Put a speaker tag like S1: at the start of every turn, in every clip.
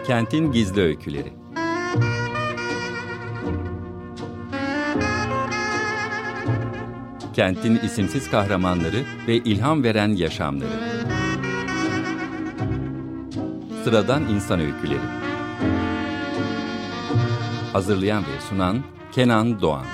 S1: Kentin Gizli Öyküleri. Kentin isimsiz kahramanları ve ilham veren yaşamları. Sıradan insan öyküleri. Hazırlayan ve sunan Kenan Doğan.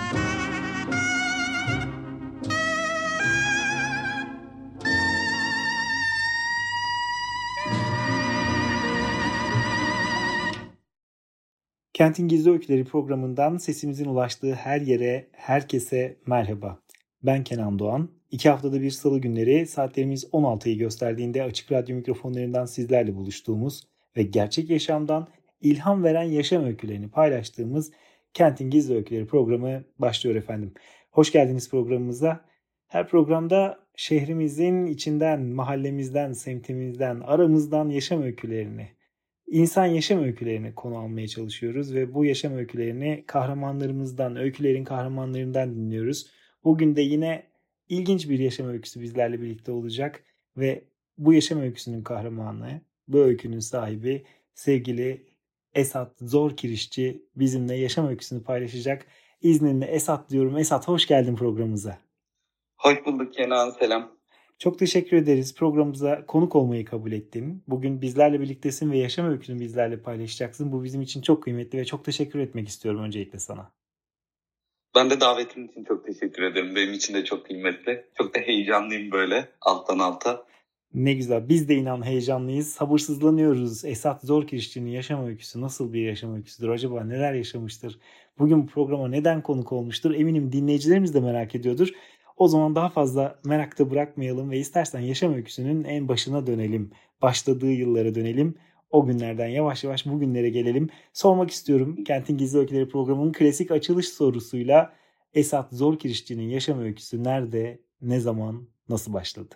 S2: Kentin Gizli Öyküleri programından sesimizin ulaştığı her yere, herkese merhaba. Ben Kenan Doğan. 2 haftada bir salı günleri saatlerimiz 16'yı gösterdiğinde Açık Radyo mikrofonlarından sizlerle buluştuğumuz ve gerçek yaşamdan ilham veren yaşam öykülerini paylaştığımız Kentin Gizli Öyküleri programı başlıyor efendim. Hoş geldiniz programımıza. Her programda şehrimizin içinden, mahallemizden, semtimizden, aramızdan yaşam öykülerini, İnsan yaşam öykülerini konu almaya çalışıyoruz ve bu yaşam öykülerini kahramanlarımızdan, öykülerin kahramanlarından dinliyoruz. Bugün de yine ilginç bir yaşam öyküsü bizlerle birlikte olacak ve bu yaşam öyküsünün kahramanı, bu öykünün sahibi sevgili Esat Zorkirişçi bizimle yaşam öyküsünü paylaşacak. İzninle Esat diyorum. Esat, hoş geldin programımıza.
S3: Hoş bulduk Kenan, selam.
S2: Çok teşekkür ederiz. Programımıza konuk olmayı kabul ettin. Bugün bizlerle birliktesin ve yaşam öykünü bizlerle paylaşacaksın. Bu bizim için çok kıymetli ve çok teşekkür etmek istiyorum öncelikle sana.
S3: Ben de davetin için çok teşekkür ederim. Benim için de çok kıymetli. Çok da heyecanlıyım böyle alttan alta.
S2: Ne güzel. Biz de inan heyecanlıyız. Sabırsızlanıyoruz. Esat Zorkirişçi'nin yaşam öyküsü nasıl bir yaşam öyküsüdür? Acaba neler yaşamıştır? Bugün bu programa neden konuk olmuştur? Eminim dinleyicilerimiz de merak ediyordur. O zaman daha fazla merakta bırakmayalım ve istersen yaşam öyküsünün en başına dönelim. Başladığı yıllara dönelim. O günlerden yavaş yavaş bugünlere gelelim. Sormak istiyorum, Kentin Gizli Öyküleri programının klasik açılış sorusuyla Esat Zorkirişçi'nin yaşam öyküsü nerede, ne zaman, nasıl başladı?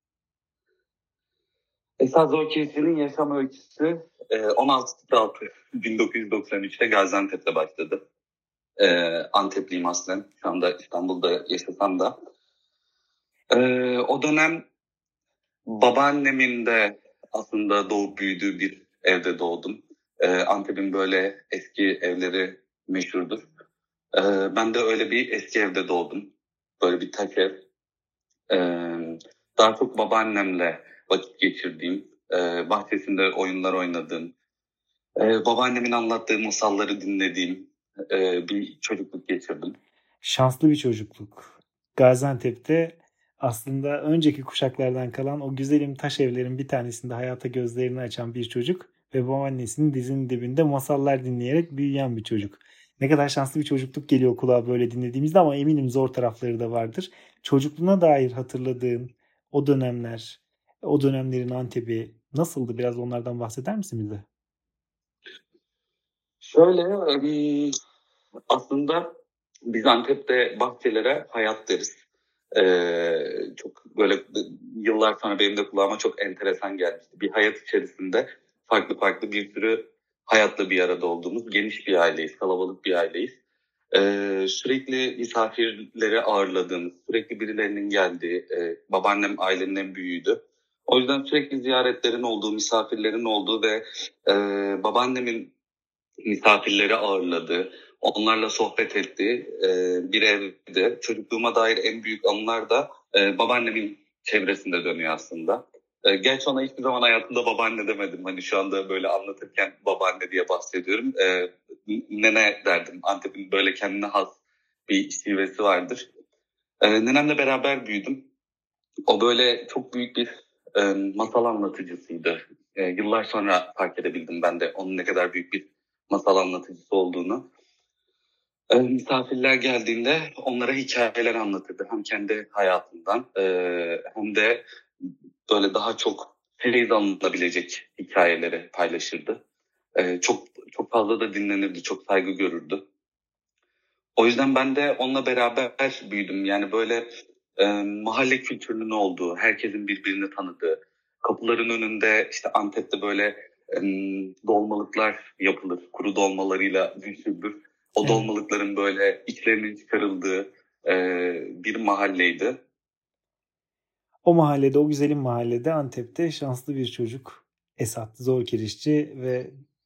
S3: Esat Zorkirişçi'nin yaşam öyküsü 16.06.1993'te Gaziantep'te başladı. Antepliyim aslen. Şu anda İstanbul'da yaşasam da. O dönem babaannemin de aslında doğup büyüdüğü bir evde doğdum. Antep'in böyle eski evleri meşhurdur. Ben de öyle bir eski evde doğdum. Böyle bir taş ev. Daha çok babaannemle vakit geçirdiğim, bahçesinde oyunlar oynadığım, babaannemin anlattığı masalları dinlediğim bir çocukluk geçirdim.
S2: Şanslı bir çocukluk. Gaziantep'te aslında önceki kuşaklardan kalan o güzelim taş evlerin bir tanesinde hayata gözlerini açan bir çocuk ve babaannesinin dizinin dibinde masallar dinleyerek büyüyen bir çocuk. Ne kadar şanslı bir çocukluk geliyor kulağa böyle dinlediğimizde ama eminim zor tarafları da vardır. Çocukluğuna dair hatırladığın o dönemler, o dönemlerin Antep'i nasıldı? Biraz onlardan bahseder misin bize?
S3: Şöyle, aslında biz Antep'te bahçelere hayat deriz. Çok böyle yıllar sonra benim de kulağıma çok enteresan gelmişti. Bir hayat içerisinde farklı bir sürü hayatla bir arada olduğumuz geniş bir aileyiz, kalabalık bir aileyiz. Sürekli misafirleri ağırladığımız, sürekli birilerinin geldiği, babaannem ailenin en büyüğüydü. O yüzden sürekli ziyaretlerin olduğu, misafirlerin olduğu ve babaannemin misafirleri ağırladığı, onlarla sohbet ettiği bir evde. Çocukluğuma dair en büyük anılar da babaannemin çevresinde dönüyor aslında. Gerçi ona hiçbir zaman hayatımda babaanne demedim. Hani şu anda böyle anlatırken babaanne diye bahsediyorum. Nene derdim. Antep'in böyle kendine has bir şivesi vardır. Nenemle beraber büyüdüm. O böyle çok büyük bir masal anlatıcısıydı. Yıllar sonra fark edebildim ben de onun ne kadar büyük bir masal anlatıcısı olduğunu. Misafirler geldiğinde onlara hikayeler anlatırdı. Hem kendi hayatından hem de böyle daha çok feyiz alınabilecek hikayeleri paylaşırdı. Çok fazla da dinlenirdi, çok saygı görürdü. O yüzden ben de onunla beraber büyüdüm. Yani böyle mahalle kültürünün olduğu, herkesin birbirini tanıdığı, kapıların önünde işte Antep'te böyle dolmalıklar yapılır. Kuru dolmalarıyla meşhurdur. O dolmalıkların böyle içlerinin çıkarıldığı bir mahalleydi.
S2: O mahallede, o güzelim mahallede Antep'te şanslı bir çocuk Esat Zorkirişçi ve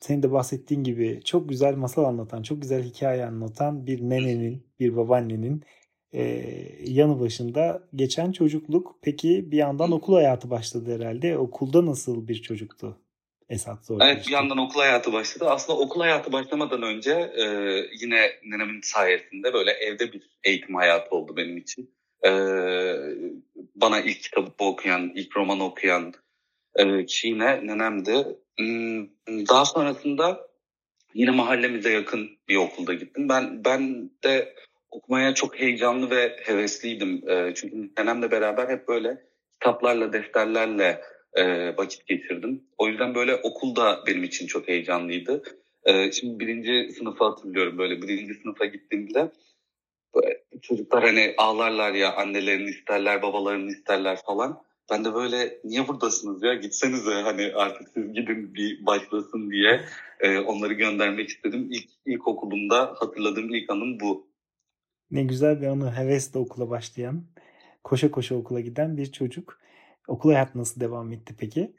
S2: senin de bahsettiğin gibi çok güzel masal anlatan, çok güzel hikaye anlatan bir nenenin, bir babaannenin yanı başında geçen çocukluk. Peki bir yandan okul hayatı başladı herhalde. Okulda nasıl bir çocuktu Esat
S3: Evet, bir
S2: Zorkirişçi?
S3: yandan okul hayatı başladı. Aslında okul hayatı başlamadan önce yine nenemin sayesinde böyle evde bir eğitim hayatı oldu benim için. E, Bana ilk kitabı okuyan, ilk romanı okuyan kişi yine nenemdi. Daha sonrasında yine mahallemize yakın bir okulda gittim. Ben de okumaya çok heyecanlı ve hevesliydim. Çünkü nenemle beraber hep böyle kitaplarla, defterlerle vakit geçirdim. O yüzden böyle okulda benim için çok heyecanlıydı. Şimdi birinci sınıfı hatırlıyorum, böyle birinci sınıfa gittiğimde böyle çocuklar hani ağlarlar ya, annelerini isterler, babalarını isterler falan. Ben de böyle niye buradasınız ya, gitsenize hani artık siz gidin bir başlasın diye onları göndermek istedim. İlk okulumda hatırladığım ilk anım bu.
S2: Ne güzel bir anı. Hevesle okula başlayan, koşa koşa okula giden bir çocuk. Okul hayatı nasıl devam etti peki?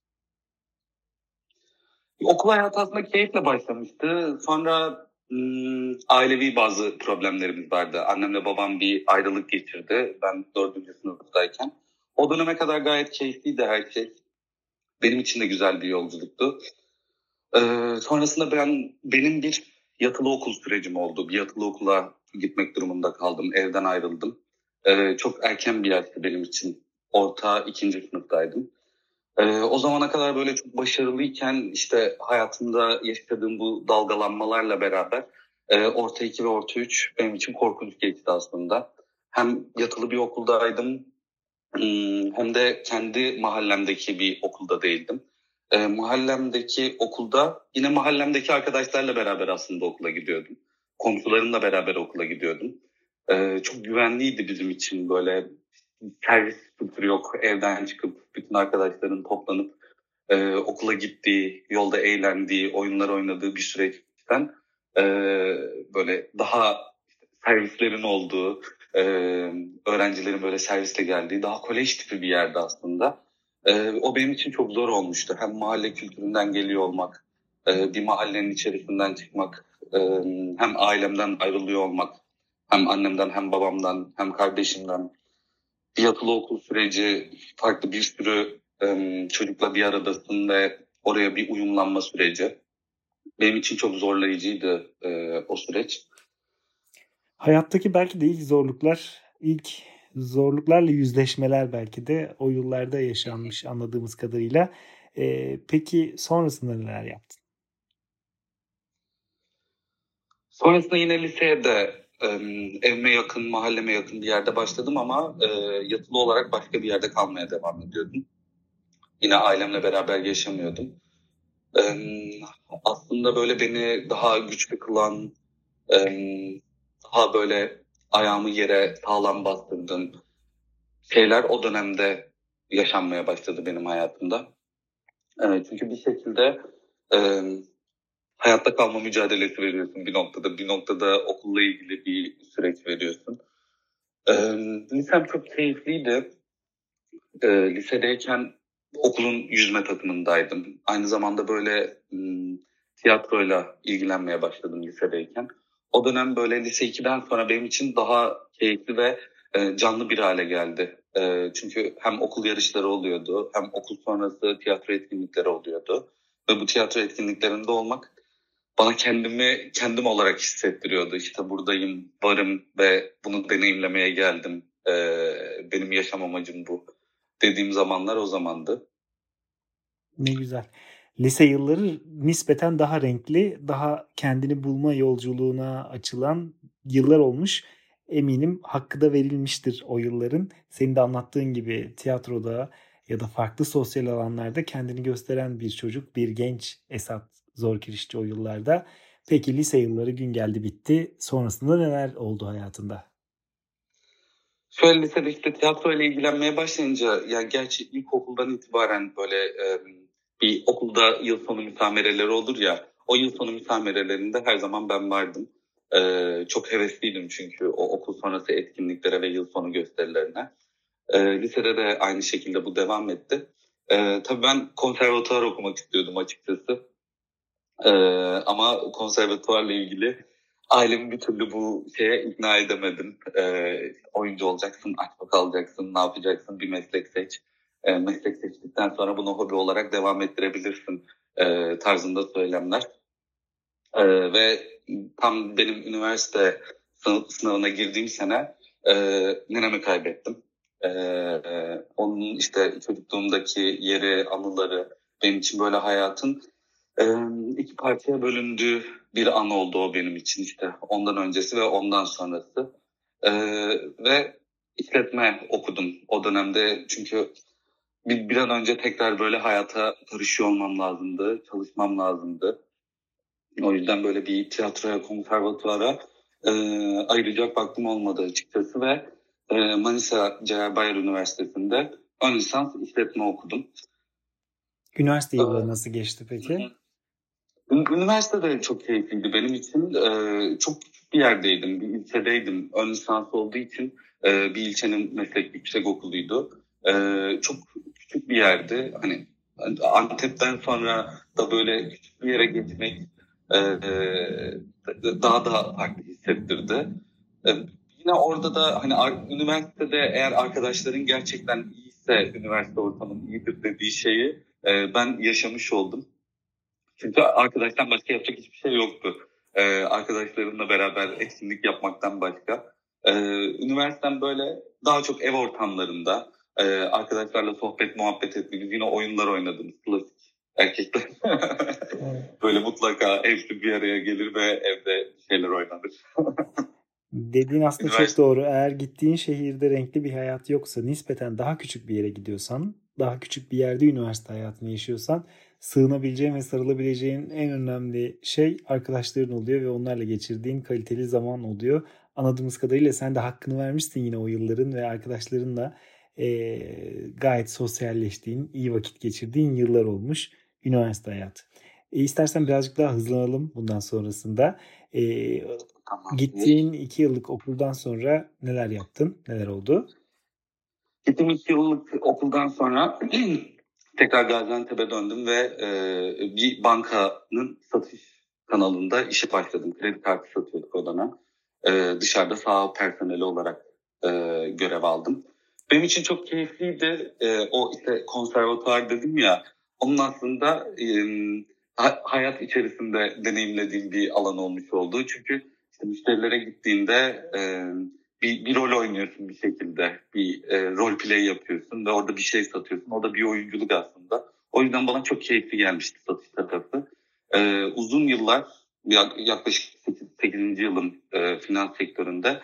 S3: Okul hayatı aslında keyifle başlamıştı. Sonra ailevi bazı problemlerimiz vardı. Annemle babam bir ayrılık geçirdi ben 4. sınıftayken. O döneme kadar gayet keyifliydi her şey. Benim için de güzel bir yolculuktu. Sonrasında benim bir yatılı okul sürecim oldu. Bir yatılı okula gitmek durumunda kaldım. Evden ayrıldım. Çok erken bir yaştı benim için. Orta 2. sınıftaydım. O zamana kadar böyle çok başarılıyken işte hayatımda yaşadığım bu dalgalanmalarla beraber orta 2 ve orta 3 benim için korkunç geçti aslında. Hem yatılı bir okuldaydım, hem de kendi mahallemdeki bir okulda değildim. Mahallemdeki okulda yine mahallemdeki arkadaşlarla beraber aslında okula gidiyordum. Komşularımla beraber okula gidiyordum. Çok güvenliydi bizim için, böyle servis kültürü yok. Evden çıkıp bütün arkadaşların toplanıp okula gittiği, yolda eğlendiği, oyunlar oynadığı bir süreçten e, böyle daha servislerin olduğu, e, öğrencilerin böyle servisle geldiği daha kolej tipi bir yerde aslında. O benim için çok zor olmuştu. Hem mahalle kültüründen geliyor olmak, bir mahallenin içerisinden çıkmak, hem ailemden ayrılıyor olmak, hem annemden hem babamdan hem kardeşimden. Bir yatılı okul süreci, farklı bir sürü çocukla bir aradasın ve oraya bir uyumlanma süreci. Benim için çok zorlayıcıydı o süreç.
S2: Hayattaki belki de ilk zorluklarla yüzleşmeler belki de o yıllarda yaşanmış anladığımız kadarıyla. Peki sonrasında neler yaptın?
S3: Sonrasında yine liseye de evime yakın, mahalleme yakın bir yerde başladım ama yatılı olarak başka bir yerde kalmaya devam ediyordum. Yine ailemle beraber yaşamıyordum. Aslında böyle beni daha güçlü kılan, daha böyle ayağımı yere sağlam bastırdığım şeyler o dönemde yaşanmaya başladı benim hayatımda. Çünkü bir şekilde hayatta kalma mücadelesi veriyorsun bir noktada. Bir noktada okulla ilgili bir süreç veriyorsun. Lisem çok keyifliydi. Lisedeyken okulun yüzme takımındaydım. Aynı zamanda böyle tiyatroyla ilgilenmeye başladım lisedeyken. O dönem böyle lise 2'den sonra benim için daha keyifli ve canlı bir hale geldi. Çünkü hem okul yarışları oluyordu, hem okul sonrası tiyatro etkinlikleri oluyordu. Ve bu tiyatro etkinliklerinde olmak bana kendimi kendim olarak hissettiriyordu. İşte buradayım, varım ve bunu deneyimlemeye geldim. Benim yaşam amacım bu dediğim zamanlar o zamandı.
S2: Ne güzel. Lise yılları nispeten daha renkli, daha kendini bulma yolculuğuna açılan yıllar olmuş. Eminim hakkı da verilmiştir o yılların. Senin de anlattığın gibi tiyatroda ya da farklı sosyal alanlarda kendini gösteren bir çocuk, bir genç Esat Zorkirişçi o yıllarda. Peki lise yılları gün geldi bitti. Sonrasında neler oldu hayatında?
S3: Şöyle lisede işte tiyatro ile ilgilenmeye başlayınca, ya gerçi ilkokuldan itibaren böyle bir okulda yıl sonu müsamereleri olur ya, o yıl sonu müsamerelerinde her zaman ben vardım. Çok hevesliydim çünkü o okul sonrası etkinliklere ve yıl sonu gösterilerine. Lisede de aynı şekilde bu devam etti. Tabii ben konservatuvar okumak istiyordum açıkçası. Ama konservatuvarla ilgili ailemi bir türlü bu şeye ikna edemedim. Oyuncu olacaksın, aktif kalacaksın, ne yapacaksın, bir meslek seç. Meslek seçtikten sonra bunu hobi olarak devam ettirebilirsin tarzında söylemler. Ve tam benim üniversite sınavına girdiğim sene nenemi kaybettim. Onun işte çocukluğumdaki yeri, anıları benim için böyle hayatın iki parçaya bölündüğü bir an oldu o benim için, işte ondan öncesi ve ondan sonrası. Ve işletme okudum o dönemde, çünkü bir an önce tekrar böyle hayata karışıyor olmam lazımdı, çalışmam lazımdı. O yüzden böyle bir tiyatroya, konservatuvara ayıracak vaktim olmadı açıkçası ve Manisa Celal Bayar Üniversitesi'nde ön lisans işletme okudum.
S2: Üniversite yılları nasıl geçti peki?
S3: Üniversite de çok keyifliydi benim için. Çok küçük bir yerdeydim, bir ilçedeydim. Ön lisans olduğu için bir ilçenin meslek yüksekokuluydu. Çok küçük bir yerdi. Hani Antep'ten sonra da böyle küçük bir yere geçmek daha da farklı hissettirdi. Yine orada da hani üniversitede eğer arkadaşların gerçekten iyiyse, üniversite ortamının iyidir dediği şeyi ben yaşamış oldum. Çünkü arkadaştan başka yapacak hiçbir şey yoktu. Arkadaşlarımla beraber etkinlik yapmaktan başka. Üniversitem böyle daha çok ev ortamlarında arkadaşlarla sohbet muhabbet ettiğimiz, yine oyunlar oynadığımız klasik erkekler. Böyle mutlaka hepsi bir araya gelir ve evde şeyler oynanır.
S2: Dediğin aslında çok doğru. Eğer gittiğin şehirde renkli bir hayat yoksa, nispeten daha küçük bir yere gidiyorsan, daha küçük bir yerde üniversite hayatını yaşıyorsan, sığınabileceğin ve sarılabileceğin en önemli şey arkadaşların oluyor ve onlarla geçirdiğin kaliteli zaman oluyor. Anladığımız kadarıyla sen de hakkını vermişsin yine o yılların ve arkadaşlarınla gayet sosyalleştiğin, iyi vakit geçirdiğin yıllar olmuş üniversite hayatı. İstersen birazcık daha hızlanalım bundan sonrasında.
S3: Tamam.
S2: Gittiğin 2 yıllık okuldan sonra neler yaptın? Neler oldu?
S3: Gittiğim 2 yıllık okuldan sonra tekrar Gaziantep'e döndüm ve bir bankanın satış kanalında işe başladım. Kredi kartı satıyorduk o dönem. Dışarıda sağ personeli olarak görev aldım. Benim için çok keyifliydi. O işte konservatuvar dedim ya, onun aslında hayat içerisinde deneyimlediğim bir alan olmuş oldu. Çünkü işte müşterilere gittiğinde bir rol oynuyorsun bir şekilde. Bir rol play yapıyorsun ve orada bir şey satıyorsun. O da bir oyunculuk aslında. O yüzden bana çok keyifli gelmişti satış tarafı. Uzun yıllar, yaklaşık 8. yılım finans sektöründe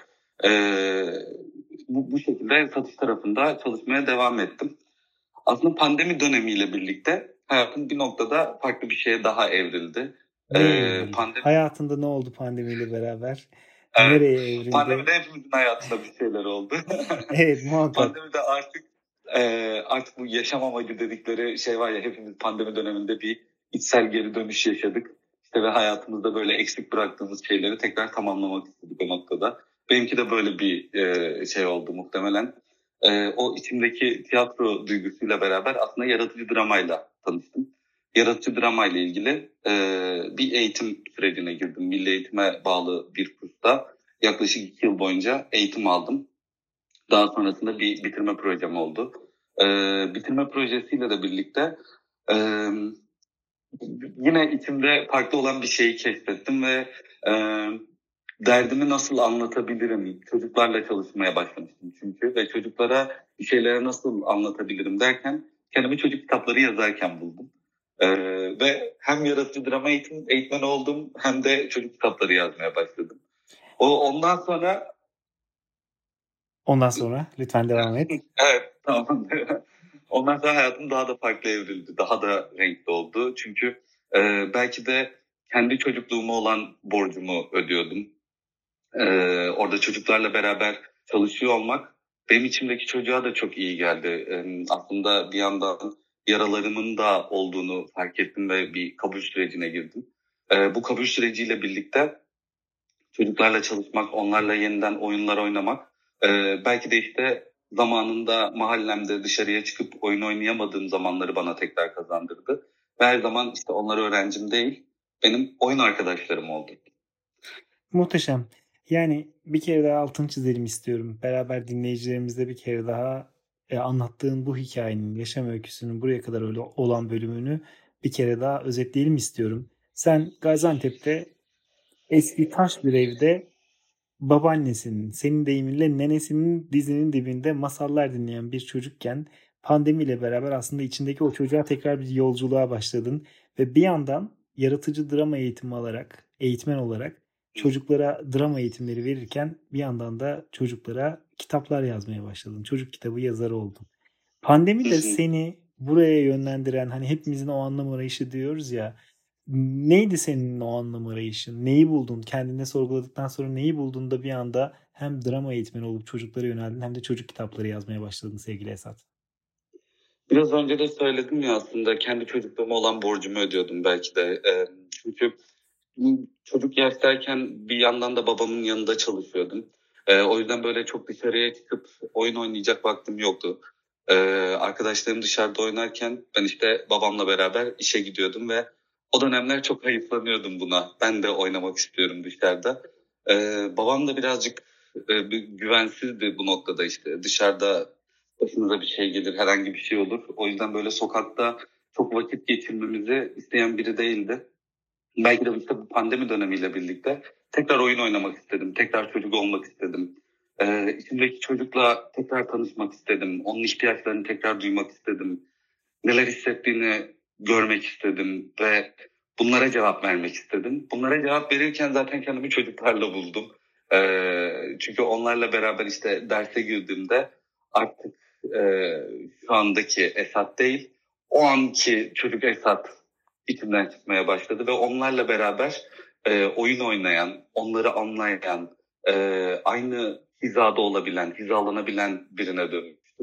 S3: bu şekilde satış tarafında çalışmaya devam ettim. Aslında pandemi dönemiyle birlikte hayatım bir noktada farklı bir şeye daha evrildi.
S2: Hayatında ne oldu pandemiyle beraber? Nereye evrildi?
S3: Pandemide hepimizin hayatında bir şeyler oldu.
S2: Evet, muhakkak.
S3: Pandemide artık bu yaşam amacı dedikleri şey var ya, hepimiz pandemi döneminde bir içsel geri dönüş yaşadık. İşte ve hayatımızda böyle eksik bıraktığımız şeyleri tekrar tamamlamak istedik o noktada. Benimki de böyle bir şey oldu muhtemelen. O içimdeki tiyatro duygusuyla beraber aslında yaratıcı dramayla tanıştım. Yaratıcı dramayla ilgili bir eğitim sürecine girdim. Milli Eğitim'e bağlı bir kursta yaklaşık 2 yıl boyunca eğitim aldım. Daha sonrasında bir bitirme projem oldu. Bitirme projesiyle de birlikte yine içimde farklı olan bir şeyi keşfettim ve derdimi nasıl anlatabilirim? Çocuklarla çalışmaya başlamıştım çünkü ve çocuklara bir şeyleri nasıl anlatabilirim derken kendimi çocuk kitapları yazarken buldum. Ve hem yaratıcı drama eğitmeni oldum hem de çocuk kitapları yazmaya başladım. Ondan sonra
S2: Lütfen devam et.
S3: Evet, tamam. Ondan sonra hayatım daha da farklı evrildi. Daha da renkli oldu. Çünkü belki de kendi çocukluğuma olan borcumu ödüyordum. Orada çocuklarla beraber çalışıyor olmak benim içimdeki çocuğa da çok iyi geldi. Aslında bir yandan yaralarımın da olduğunu fark ettim ve bir kabul sürecine girdim. Bu kabul süreciyle birlikte çocuklarla çalışmak, onlarla yeniden oyunlar oynamak, belki de işte zamanında mahallemde dışarıya çıkıp oyun oynayamadığım zamanları bana tekrar kazandırdı. Ve her zaman işte onlar öğrencim değil, benim oyun arkadaşlarım oldu.
S2: Muhteşem. Yani bir kere daha altını çizelim istiyorum. Beraber dinleyicilerimizle bir kere daha anlattığın bu hikayenin, yaşam öyküsünün buraya kadar öyle olan bölümünü bir kere daha özetleyelim istiyorum. Sen Gaziantep'te eski taş bir evde babaannesinin, senin deyiminle nenesinin dizinin dibinde masallar dinleyen bir çocukken pandemiyle beraber aslında içindeki o çocuğa tekrar bir yolculuğa başladın ve bir yandan yaratıcı drama eğitimi alarak, eğitmen olarak çocuklara drama eğitimleri verirken bir yandan da çocuklara kitaplar yazmaya başladın. Çocuk kitabı yazarı oldun. Pandemi de seni buraya yönlendiren, hani hepimizin o anlam arayışı diyoruz ya, neydi senin o anlam arayışın? Neyi buldun? Kendine sorguladıktan sonra neyi buldun da bir anda hem drama eğitmeni olup çocuklara yöneldin hem de çocuk kitapları yazmaya başladın sevgili Esat?
S3: Biraz önce de söyledim ya, aslında kendi çocukluğuma olan borcumu ödüyordum belki de. Çünkü çocuk yaştayken bir yandan da babamın yanında çalışıyordum. O yüzden böyle çok dışarıya çıkıp oyun oynayacak vaktim yoktu. Arkadaşlarım dışarıda oynarken ben işte babamla beraber işe gidiyordum ve o dönemler çok hayıflanıyordum buna. Ben de oynamak istiyorum dışarıda. Babam da birazcık güvensizdi bu noktada, işte dışarıda başınıza bir şey gelir, herhangi bir şey olur. O yüzden böyle sokakta çok vakit geçirmemizi isteyen biri değildi. Belki de işte bu pandemi dönemiyle birlikte tekrar oyun oynamak istedim. Tekrar çocuk olmak istedim. İçimdeki çocukla tekrar tanışmak istedim. Onun ihtiyaçlarını tekrar duymak istedim. Neler hissettiğini görmek istedim ve bunlara cevap vermek istedim. Bunlara cevap verirken zaten kendimi çocuklarla buldum. Çünkü onlarla beraber işte derse girdiğimde artık şu andaki Esat değil, o anki çocuk Esat içimden çıkmaya başladı ve onlarla beraber oyun oynayan, onları anlayan, aynı hizada olabilen, hizalanabilen birine dönmüştüm.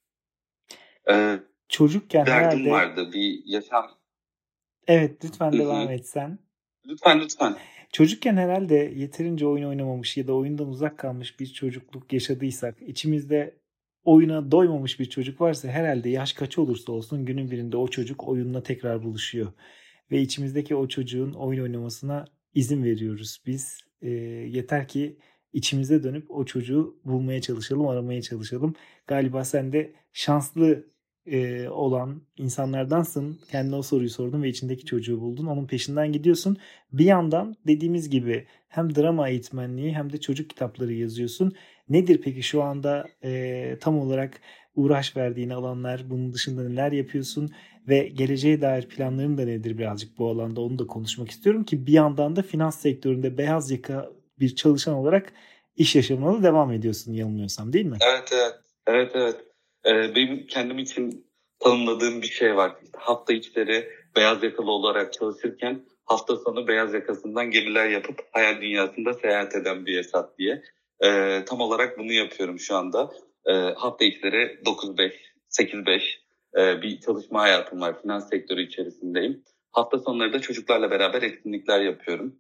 S2: Çocukken
S3: Derdim
S2: herhalde...
S3: vardı, bir yaşam.
S2: Evet, lütfen
S3: Hı
S2: devam
S3: hı.
S2: et sen.
S3: Lütfen.
S2: Çocukken herhalde yeterince oyun oynamamış ya da oyundan uzak kalmış bir çocukluk yaşadıysak, içimizde oyuna doymamış bir çocuk varsa herhalde yaş kaç olursa olsun günün birinde o çocuk oyunla tekrar buluşuyor. Ve içimizdeki o çocuğun oyun oynamasına izin veriyoruz biz. Yeter ki içimize dönüp o çocuğu bulmaya çalışalım, aramaya çalışalım. Galiba sen de şanslı olan insanlardansın. Kendine o soruyu sordun ve içindeki çocuğu buldun. Onun peşinden gidiyorsun. Bir yandan dediğimiz gibi hem drama eğitmenliği hem de çocuk kitapları yazıyorsun. Nedir peki şu anda tam olarak uğraş verdiğin alanlar? Bunun dışında neler yapıyorsun? Ve geleceğe dair planların da nedir birazcık bu alanda, onu da konuşmak istiyorum ki bir yandan da finans sektöründe beyaz yaka bir çalışan olarak iş yaşamına da devam ediyorsun yanılmıyorsam, değil mi?
S3: Evet. Benim kendim için tanımladığım bir şey var. İşte hafta içleri beyaz yakalı olarak çalışırken hafta sonu beyaz yakasından gemiler yapıp hayal dünyasında seyahat eden bir Esat diye. Tam olarak bunu yapıyorum şu anda. Hafta içleri 9-5, 8-5 bir çalışma hayatım var. Finans sektörü içerisindeyim. Hafta sonları da çocuklarla beraber etkinlikler yapıyorum.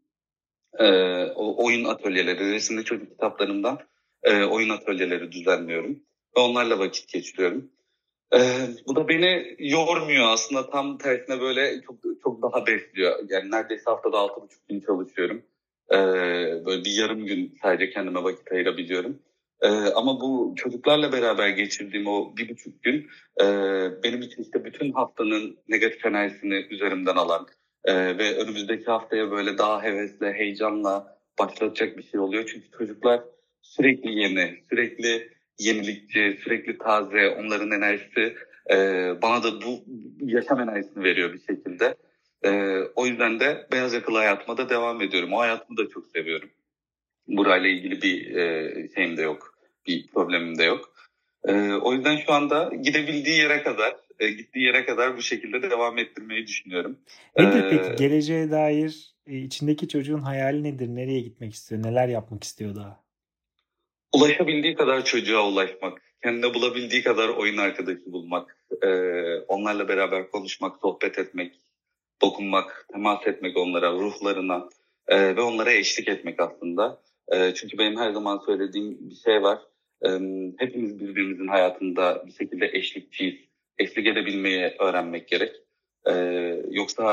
S3: O oyun atölyeleri, resimli çocuk kitaplarından oyun atölyeleri düzenliyorum. Ve onlarla vakit geçiriyorum. Bu da beni yormuyor aslında, tam tersine böyle çok çok daha besliyor. Yani neredeyse haftada 6,5 gün çalışıyorum. Böyle bir yarım gün sadece kendime vakit ayırabiliyorum. Ama bu çocuklarla beraber geçirdiğim o 1,5 gün benim için işte bütün haftanın negatif enerjisini üzerimden alan ve önümüzdeki haftaya böyle daha hevesle, heyecanla başlatacak bir şey oluyor. Çünkü çocuklar sürekli yeni, sürekli yenilikçi, sürekli taze, onların enerjisi bana da bu yaşam enerjisini veriyor bir şekilde. O yüzden de beyaz yakalı hayatıma da devam ediyorum. O hayatımı da çok seviyorum. Burayla ilgili bir şeyim de yok, bir problemim de yok. O yüzden şu anda gidebildiği yere kadar, gittiği yere kadar bu şekilde de devam ettirmeyi düşünüyorum.
S2: Nedir peki geleceğe dair içindeki çocuğun hayali nedir? Nereye gitmek istiyor? Neler yapmak istiyor daha?
S3: Ulaşabildiği kadar çocuğa ulaşmak, kendine bulabildiği kadar oyun arkadaşı bulmak, onlarla beraber konuşmak, sohbet etmek, dokunmak, temas etmek onlara, ruhlarına ve onlara eşlik etmek aslında. Çünkü benim her zaman söylediğim bir şey var. Hepimiz birbirimizin hayatında bir şekilde eşlikçiyiz. Eşlik edebilmeyi öğrenmek gerek. Yoksa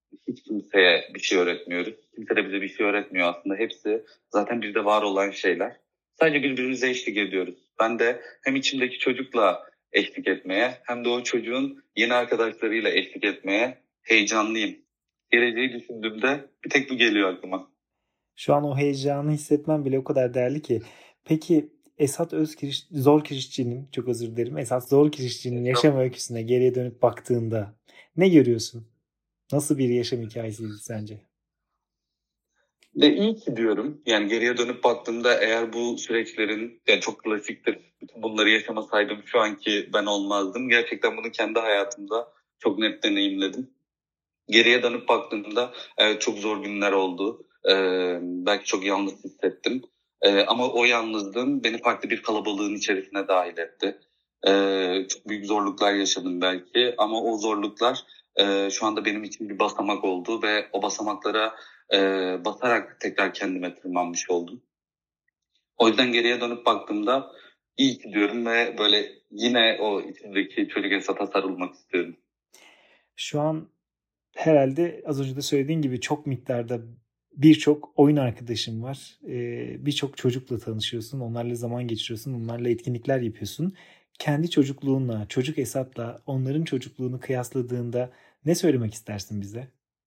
S3: hiç kimseye bir şey öğretmiyoruz. Kimse de bize bir şey öğretmiyor aslında. Hepsi zaten bizde var olan şeyler. Sadece birbirimize eşlik ediyoruz. Ben de hem içimdeki çocukla eşlik etmeye hem de o çocuğun yeni arkadaşlarıyla eşlik etmeye heyecanlıyım. Geleceği düşündüğümde bir tek bu geliyor aklıma.
S2: Şu an o heyecanı hissetmem bile o kadar değerli ki. Peki Esat Zorkirişçi'nin, çok özür dilerim, Esat Zorkirişçi'nin yaşam öyküsüne geriye dönüp baktığında ne görüyorsun? Nasıl bir yaşam hikayesiydi sence?
S3: Ve iyi ki diyorum. Yani geriye dönüp baktığımda eğer bu süreçlerin, yani çok klasiktir, bütün bunları yaşamasaydım şu anki ben olmazdım. Gerçekten bunu kendi hayatımda çok net deneyimledim. Geriye dönüp baktığımda evet, çok zor günler oldu. Belki çok yalnız hissettim. Ama o yalnızlığım beni farklı bir kalabalığın içerisine dahil etti. Çok büyük zorluklar yaşadım belki ama o zorluklar şu anda benim için bir basamak oldu ve o basamaklara basarak tekrar kendime tırmanmış oldum. O yüzden geriye dönüp baktığımda iyi ki diyorum ve böyle yine o içindeki çocuk Esat'a sarılmak istiyorum.
S2: Şu an herhalde az önce de söylediğin gibi çok miktarda birçok oyun arkadaşım var. Birçok çocukla tanışıyorsun, onlarla zaman geçiriyorsun, onlarla etkinlikler yapıyorsun. Kendi çocukluğunla, çocuk Esat'la onların çocukluğunu kıyasladığında ne söylemek istersin bize?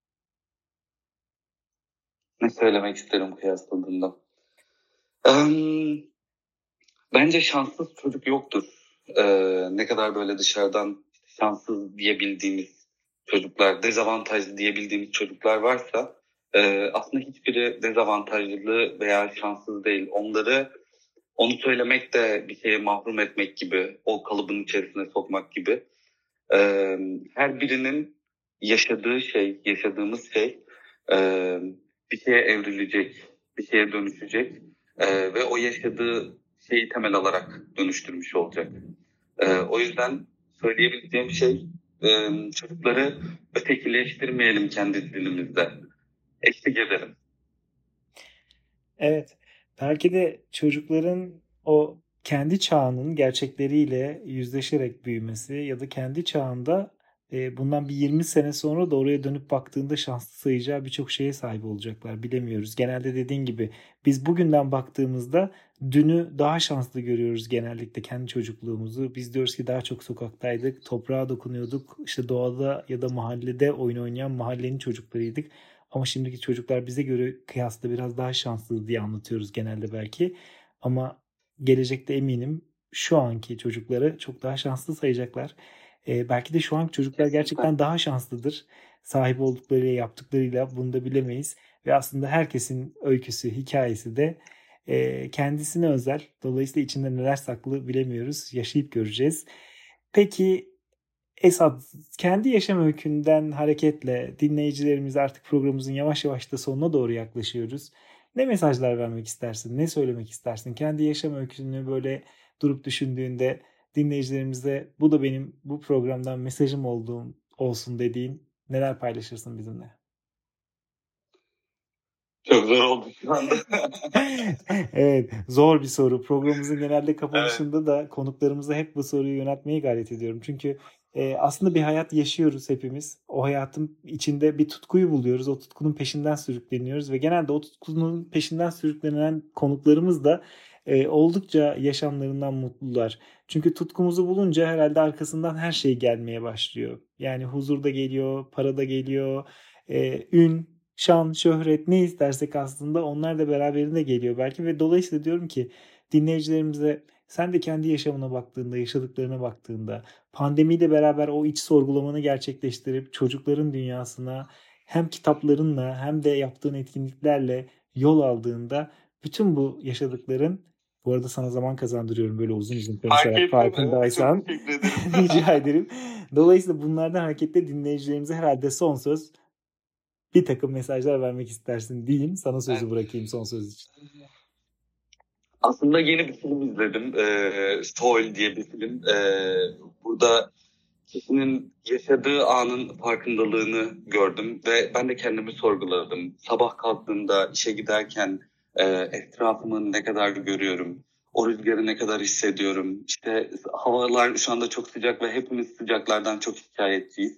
S3: Ne söylemek isterim kıyasladığımda? Bence şanssız çocuk yoktur. Ne kadar böyle dışarıdan şanssız diyebildiğimiz çocuklar, dezavantajlı diyebildiğimiz çocuklar varsa aslında hiçbiri dezavantajlı veya şanssız değil. Onu söylemek de bir şeye mahrum etmek gibi, o kalıbın içerisine sokmak gibi. Her birinin yaşadığımız şey bir şeye evrilecek, bir şeye dönüşecek ve o yaşadığı şeyi temel alarak dönüştürmüş olacak. O yüzden söyleyebileceğim şey çocukları ötekileştirmeyelim kendi dilimizde. Eşlik edelim.
S2: Evet, belki de çocukların o kendi çağının gerçekleriyle yüzleşerek büyümesi ya da kendi çağında bundan bir 20 sene sonra da oraya dönüp baktığında şanslı sayacağı birçok şeye sahip olacaklar. Bilemiyoruz. Genelde dediğin gibi biz bugünden baktığımızda dünü daha şanslı görüyoruz genellikle kendi çocukluğumuzu. Biz diyoruz ki daha çok sokaktaydık, toprağa dokunuyorduk, işte doğada ya da mahallede oyun oynayan mahallenin çocuklarıydık. Ama şimdiki çocuklar bize göre kıyasla biraz daha şanslı diye anlatıyoruz genelde belki. Ama gelecekte eminim şu anki çocukları çok daha şanslı sayacaklar. Belki de şu anki çocuklar gerçekten daha şanslıdır. Sahip olduklarıyla, yaptıklarıyla bunu da bilemeyiz. Ve aslında herkesin öyküsü, hikayesi de kendisine özel. Dolayısıyla içinde neler saklı bilemiyoruz. Yaşayıp göreceğiz. Peki Esat, kendi yaşam öykünden hareketle dinleyicilerimiz artık programımızın yavaş yavaş da sonuna doğru yaklaşıyoruz. Ne mesajlar vermek istersin? Ne söylemek istersin? Kendi yaşam öykünü böyle durup düşündüğünde dinleyicilerimize bu da benim bu programdan mesajım olduğum olsun dediğin neler paylaşırsın bizimle?
S3: Çok zor oldu şu anda.
S2: Evet, zor bir soru. Programımızın genelde kapanışında da konuklarımıza hep bu soruyu yöneltmeye gayret ediyorum. Çünkü aslında bir hayat yaşıyoruz hepimiz. O hayatın içinde bir tutkuyu buluyoruz. O tutkunun peşinden sürükleniyoruz ve genelde o tutkunun peşinden sürüklenen konuklarımız da oldukça yaşamlarından mutlular. Çünkü tutkumuzu bulunca herhalde arkasından her şey gelmeye başlıyor. Yani huzur da geliyor, para da geliyor, ün, şan, şöhret ne istersek aslında onlar da beraberinde geliyor belki ve dolayısıyla diyorum ki dinleyicilerimize sen de kendi yaşamına baktığında, yaşadıklarına baktığında pandemiyle beraber o iç sorgulamanı gerçekleştirip çocukların dünyasına hem kitaplarınla hem de yaptığın etkinliklerle yol aldığında bütün bu yaşadıkların bu arada sana zaman kazandırıyorum böyle uzun uzun konuşarak farkındaysan. Rica ederim. Dolayısıyla bunlardan hareketle dinleyicilerimize herhalde son söz bir takım mesajlar vermek istersin diyeyim. Sana sözü bırakayım son söz için.
S3: Aslında yeni bir film izledim. Soul diye bir film. Burada kişinin yaşadığı anın farkındalığını gördüm ve ben de kendimi sorguladım. Sabah kalktığımda işe giderken etrafımı ne kadar görüyorum, o rüzgarı ne kadar hissediyorum. İşte havalar şu anda çok sıcak ve hepimiz sıcaklardan çok şikayetçiyiz.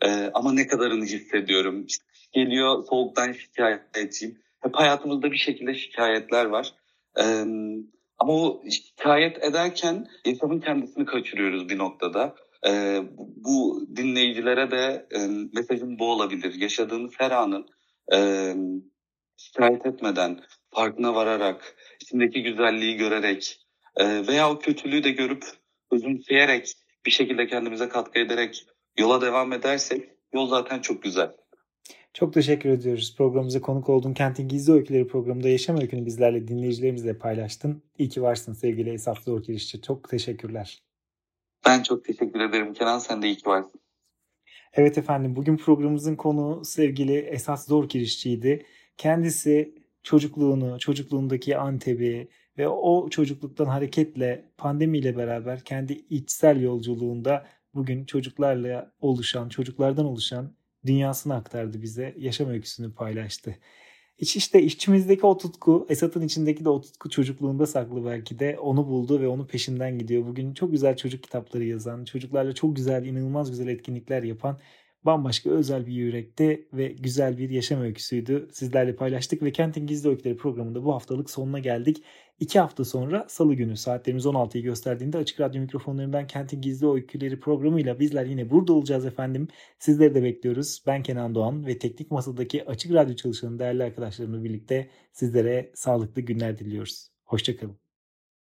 S3: Ama ne kadarını hissediyorum. İşte geliyor soğuktan şikayetçiyim. Hep hayatımızda bir şekilde şikayetler var. Ama o şikayet ederken yaşamın kendisini kaçırıyoruz bir noktada. Bu dinleyicilere de mesajım bu olabilir. Yaşadığınız her anın şikayet etmeden, farkına vararak, içindeki güzelliği görerek veya o kötülüğü de görüp özümseyerek bir şekilde kendimize katkı ederek yola devam edersek yol zaten çok güzel.
S2: Çok teşekkür ediyoruz. Programımıza konuk olduğun Kentin Gizli Öyküleri programında yaşam öykünü bizlerle, dinleyicilerimizle paylaştın. İyi ki varsın sevgili Esat Zorkirişçi. Çok teşekkürler.
S3: Ben çok teşekkür ederim Kenan. Sen de iyi ki varsın.
S2: Evet efendim, bugün programımızın konuğu sevgili Esat Zorkirişçi'ydi. Kendisi çocukluğundaki Antep'i ve o çocukluktan hareketle pandemiyle beraber kendi içsel yolculuğunda bugün çocuklardan oluşan dünyasını aktardı bize, yaşam öyküsünü paylaştı. İçimizdeki o tutku, Esat'ın içindeki de o tutku çocukluğunda saklı belki de, onu buldu ve onun peşinden gidiyor. Bugün çok güzel çocuk kitapları yazan, çocuklarla çok güzel, inanılmaz güzel etkinlikler yapan bambaşka özel bir yürekte ve güzel bir yaşam öyküsüydü. Sizlerle paylaştık ve Kentin Gizli Öyküleri programında bu haftalık sonuna geldik. 2 hafta sonra Salı günü saatlerimiz 16'yı gösterdiğinde Açık Radyo mikrofonlarından Kentin Gizli Öyküleri programıyla bizler yine burada olacağız efendim. Sizleri de bekliyoruz. Ben Kenan Doğan ve teknik masadaki Açık Radyo çalışanı değerli arkadaşlarımla birlikte sizlere sağlıklı günler diliyoruz. Hoşça kalın.